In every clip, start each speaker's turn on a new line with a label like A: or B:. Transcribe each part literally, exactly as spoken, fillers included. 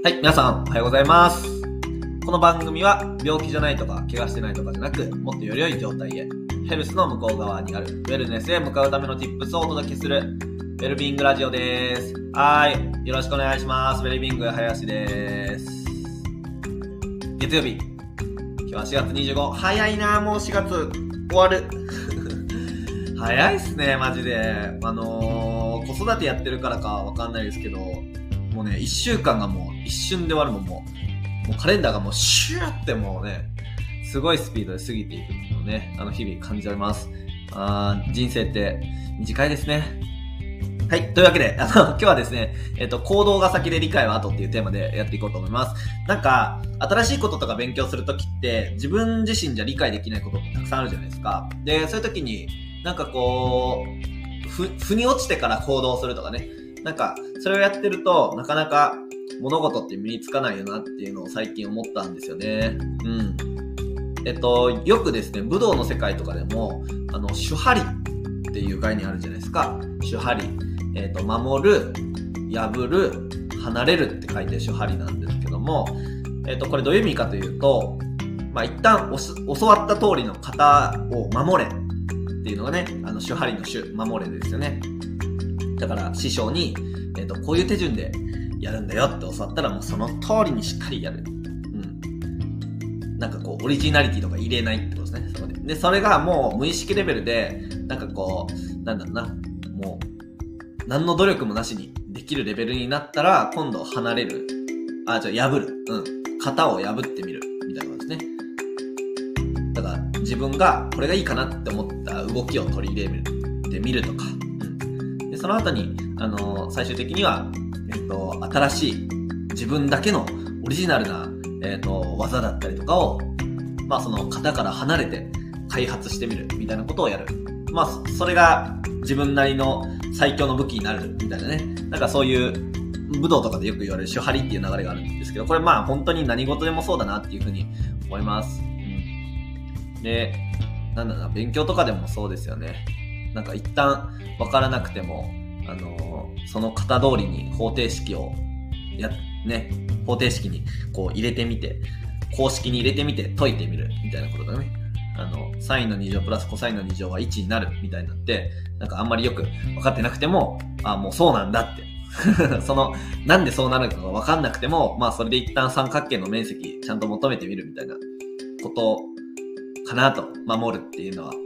A: はい、皆さんおはようございます。この番組は病気じゃないとか怪我してないとかじゃなく、もっとより良い状態へ、ヘルスの向こう側にあるウェルネスへ向かうための Tips をお届けするウェルビーイングラジオです。はい、よろしくお願いします。ウェルビーイング林です。月曜日、今日はしがつにじゅうご、早いな、もうしがつ終わる早いっすね、マジで。あのー、子育てやってるからかわかんないですけど、もうね、いっしゅうかんがもう一瞬で終わるもん、もう。もうカレンダーがもうシューってもうね、すごいスピードで過ぎていくっていうのをね、あの日々感じられます。あー、人生って短いですね。はい。というわけで、あの、今日はですね、えっと、行動が先で理解は後っていうテーマでやっていこうと思います。なんか、新しいこととか勉強するときって、自分自身じゃ理解できないことってたくさんあるじゃないですか。で、そういうときに、なんかこう、ふ、腑に落ちてから行動するとかね。なんか、それをやってると、なかなか物事って身につかないよなっていうのを最近思ったんですよね。うん。えっと、よくですね、武道の世界とかでも、あの、手張りっていう概念あるじゃないですか。手張り。えっと、守る、破る、離れるって書いて手張りなんですけども、えっと、これどういう意味かというと、まあ、一旦おす教わった通りの型を守れっていうのがね、あの、手張りの手、守れですよね。だから師匠に、えっと、こういう手順でやるんだよって教わったらもうその通りにしっかりやる。うん。なんかこう、オリジナリティとか入れないってことですね、そこで。で、それがもう無意識レベルで、なんかこう、なんだろうな、もう、何の努力もなしにできるレベルになったら、今度離れる。あ、じゃあ破る。うん。型を破ってみる。みたいなことですね。だから、自分がこれがいいかなって思った動きを取り入れてみるとか。でその後に、あのー、最終的には、えっと、新しい自分だけのオリジナルな、えっと、技だったりとかを、まあその型から離れて開発してみるみたいなことをやる。まあそれが自分なりの最強の武器になるみたいなね。なんかそういう武道とかでよく言われる手張りっていう流れがあるんですけど、これまあ本当に何事でもそうだなっていうふうに思います。うん、で、なんだろうな、勉強とかでもそうですよね。なんか一旦分からなくても、あのー、その型通りに方程式をや、ね、方程式にこう入れてみて、公式に入れてみて解いてみるみたいなことだね。あの、サインのに乗プラスコサインのに乗はいちになるみたいになって、なんかあんまりよく分かってなくても、あ、もうそうなんだって。その、なんでそうなるのかが分かんなくても、まあそれで一旦三角形の面積ちゃんと求めてみるみたいなことかなと、守るっていうのは。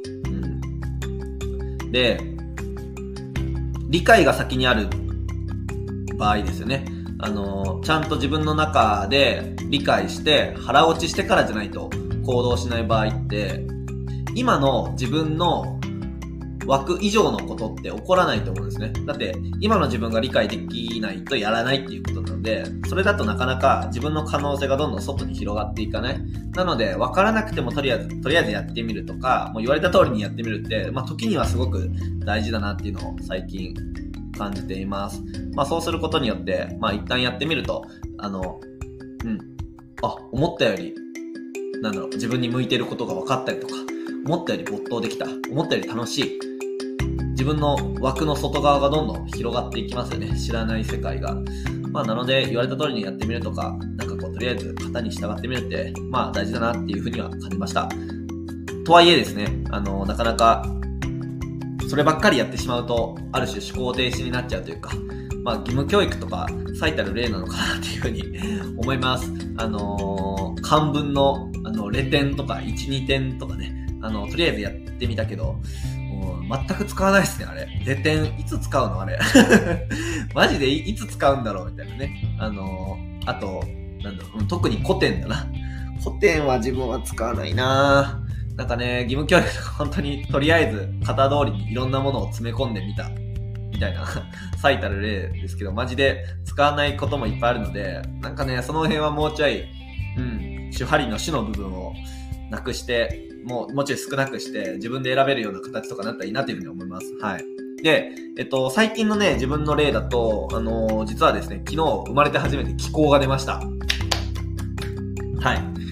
A: で、理解が先にある場合ですよね。あの、ちゃんと自分の中で理解して腹落ちしてからじゃないと行動しない場合って、今の自分の枠以上のことって起こらないと思うんですね。だって今の自分が理解できないとやらないっていうことなので、それだとなかなか自分の可能性がどんどん外に広がっていかない。なので分からなくてもとりあえずとりあえずやってみるとか、もう言われた通りにやってみるって、まあ時にはすごく大事だなっていうのを最近感じています。まあそうすることによって、まあ一旦やってみると、あの、うん、あ、思ったよりなんだろう、自分に向いてることが分かったりとか、思ったより没頭できた、思ったより楽しい。自分の枠の外側がどんどん広がっていきますよね。知らない世界が。まあなので言われた通りにやってみるとか、なんかこうとりあえず型に従ってみるって、まあ大事だなっていうふうには感じました。とはいえですね、あの、なかなかそればっかりやってしまうと、ある種思考停止になっちゃうというか、まあ義務教育とか最たる例なのかなっていうふうに思います。あのー、漢文のあのレ点とかいち、にてんとかね、あの、とりあえずやってみたけど、全く使わないですね、あれ。レ点、いつ使うのあれ。マジで い, いつ使うんだろうみたいなね。あのー、あと、なんだろう、特に古典だな。古典は自分は使わないななんかね、義務教育とか本当にとりあえず型通りにいろんなものを詰め込んでみた。みたいな最たる例ですけど、マジで使わないこともいっぱいあるので、なんかね、その辺はもうちょい、うん、手張りの手の部分をなくして、もう、もうちょい少なくして、自分で選べるような形とかなったらいいなというふうに思います。はい。で、えっと、最近のね、自分の例だと、あのー、実はですね、昨日生まれて初めて気候が出ました。はい。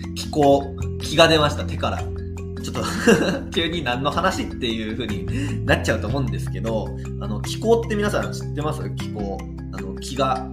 A: 気候、気が出ました、手から。ちょっと急に何の話っていう風になっちゃうと思うんですけど、あの気候って皆さん知ってます？気候、あの気が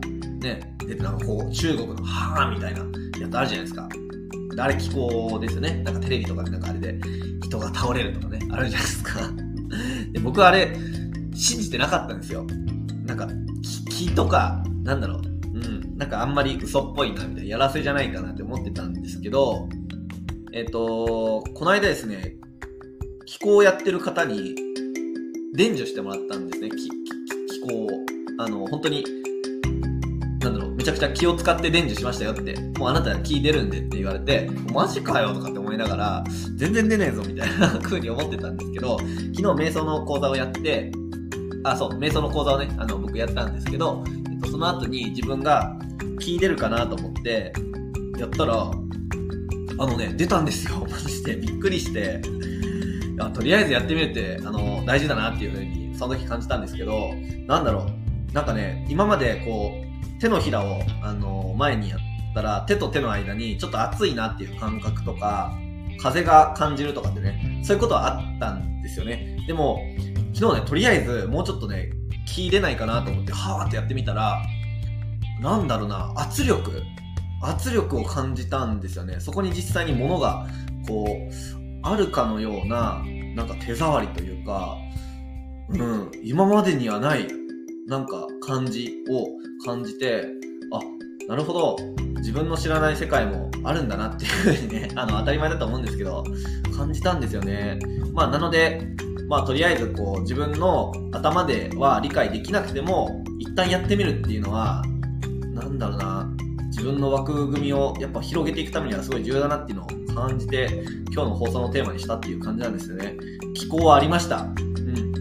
A: ね、出てなんかこう、中国のはーみたいなやつあるじゃないですか。であれ気候ですよね。なんかテレビとかでなんかあれで人が倒れるとかね、あるじゃないですか。で僕はあれ、信じてなかったんですよ。なんか、気とか、なんだろう、うん、なんかあんまり嘘っぽいなみたいな、やらせじゃないかなって思ってたんですけど、えっと、この間ですね、気候をやってる方に伝授してもらったんですね、気候を。あの、本当に、なんだろう、めちゃくちゃ気を使って伝授しましたよって、もうあなた気出るんでって言われて、マジかよとかって思いながら、全然出ねえぞみたいな風に思ってたんですけど、昨日瞑想の講座をやって、あ、そう、瞑想の講座をね、あの、僕やったんですけど、えっと、その後に自分が気出るかなと思って、やったら、あのね、出たんですよ。マジでびっくりして、いやとりあえずやってみるって、あの、大事だなっていう風に、その時感じたんですけど、なんだろう、なんかね、今までこう、手のひらを、あの、前にやったら、手と手の間にちょっと熱いなっていう感覚とか、風が感じるとかってね、そういうことはあったんですよね。でも、昨日ね、とりあえず、もうちょっとね、気出ないかなと思って、はーってやってみたら、なんだろうな、圧力圧力を感じたんですよね。そこに実際に物が、こう、あるかのような、なんか手触りというか、うん、今までにはない、なんか感じを感じて、あ、なるほど、自分の知らない世界もあるんだなっていうふうにね、あの、当たり前だと思うんですけど、感じたんですよね。まあ、なので、まあ、とりあえずこう自分の頭では理解できなくても一旦やってみるっていうのはなんだろうな、自分の枠組みをやっぱ広げていくためにはすごい重要だなっていうのを感じて今日の放送のテーマにしたっていう感じなんですよね。気候はありました。うん、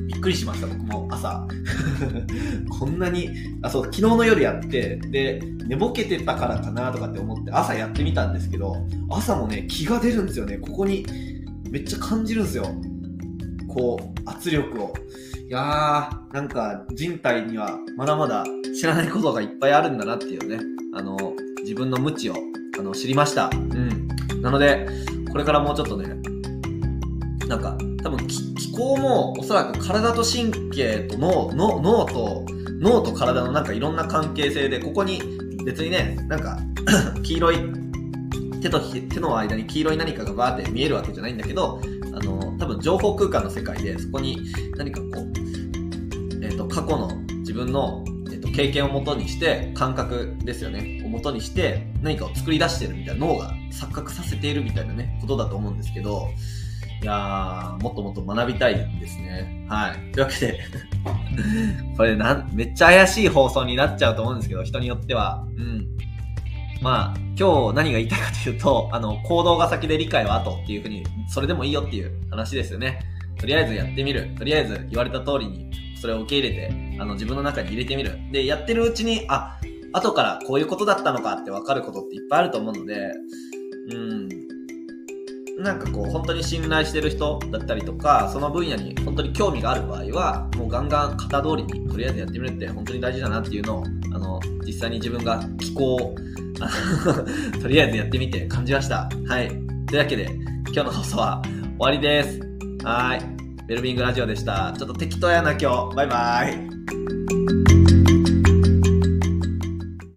A: びっくりしました。僕も朝こんなにあそう昨日の夜やってで寝ぼけてたからかなとかって思って朝やってみたんですけど、朝もね気が出るんですよね。ここにめっちゃ感じるんですよ。こう圧力を。いやーなんか人体にはまだまだ知らないことがいっぱいあるんだなっていうね、あの自分の無知をあの知りました。うんなのでこれからもうちょっとね、なんか多分気気候もおそらく体と神経と脳脳脳と脳と体のなんかいろんな関係性で、ここに別にねなんか黄色い手と手の間に黄色い何かがバーって見えるわけじゃないんだけど、あの多分情報空間の世界でそこに何かこう、えーと、過去の自分の、えーと、経験をもとにして感覚ですよねをもとにして何かを作り出してるみたいな、脳が錯覚させているみたいなねことだと思うんですけど、いやーもっともっと学びたいですね。はいというわけでこれなんめっちゃ怪しい放送になっちゃうと思うんですけど、人によってはうんまあ、今日何が言いたいかというと、あの、行動が先で理解は後っていう風に、それでもいいよっていう話ですよね。とりあえずやってみる。とりあえず言われた通りに、それを受け入れて、あの、自分の中に入れてみる。で、やってるうちに、あ、後からこういうことだったのかって分かることっていっぱいあると思うので、うん、なんかこう、本当に信頼してる人だったりとか、その分野に本当に興味がある場合は、もうガンガン型通りに、とりあえずやってみるって本当に大事だなっていうのを、あの、実際に自分が気候を、とりあえずやってみて感じました。はい。というわけで、今日の放送は終わりです。はい。ウェルビングラジオでした。ちょっと適当やな今日。バイバイ。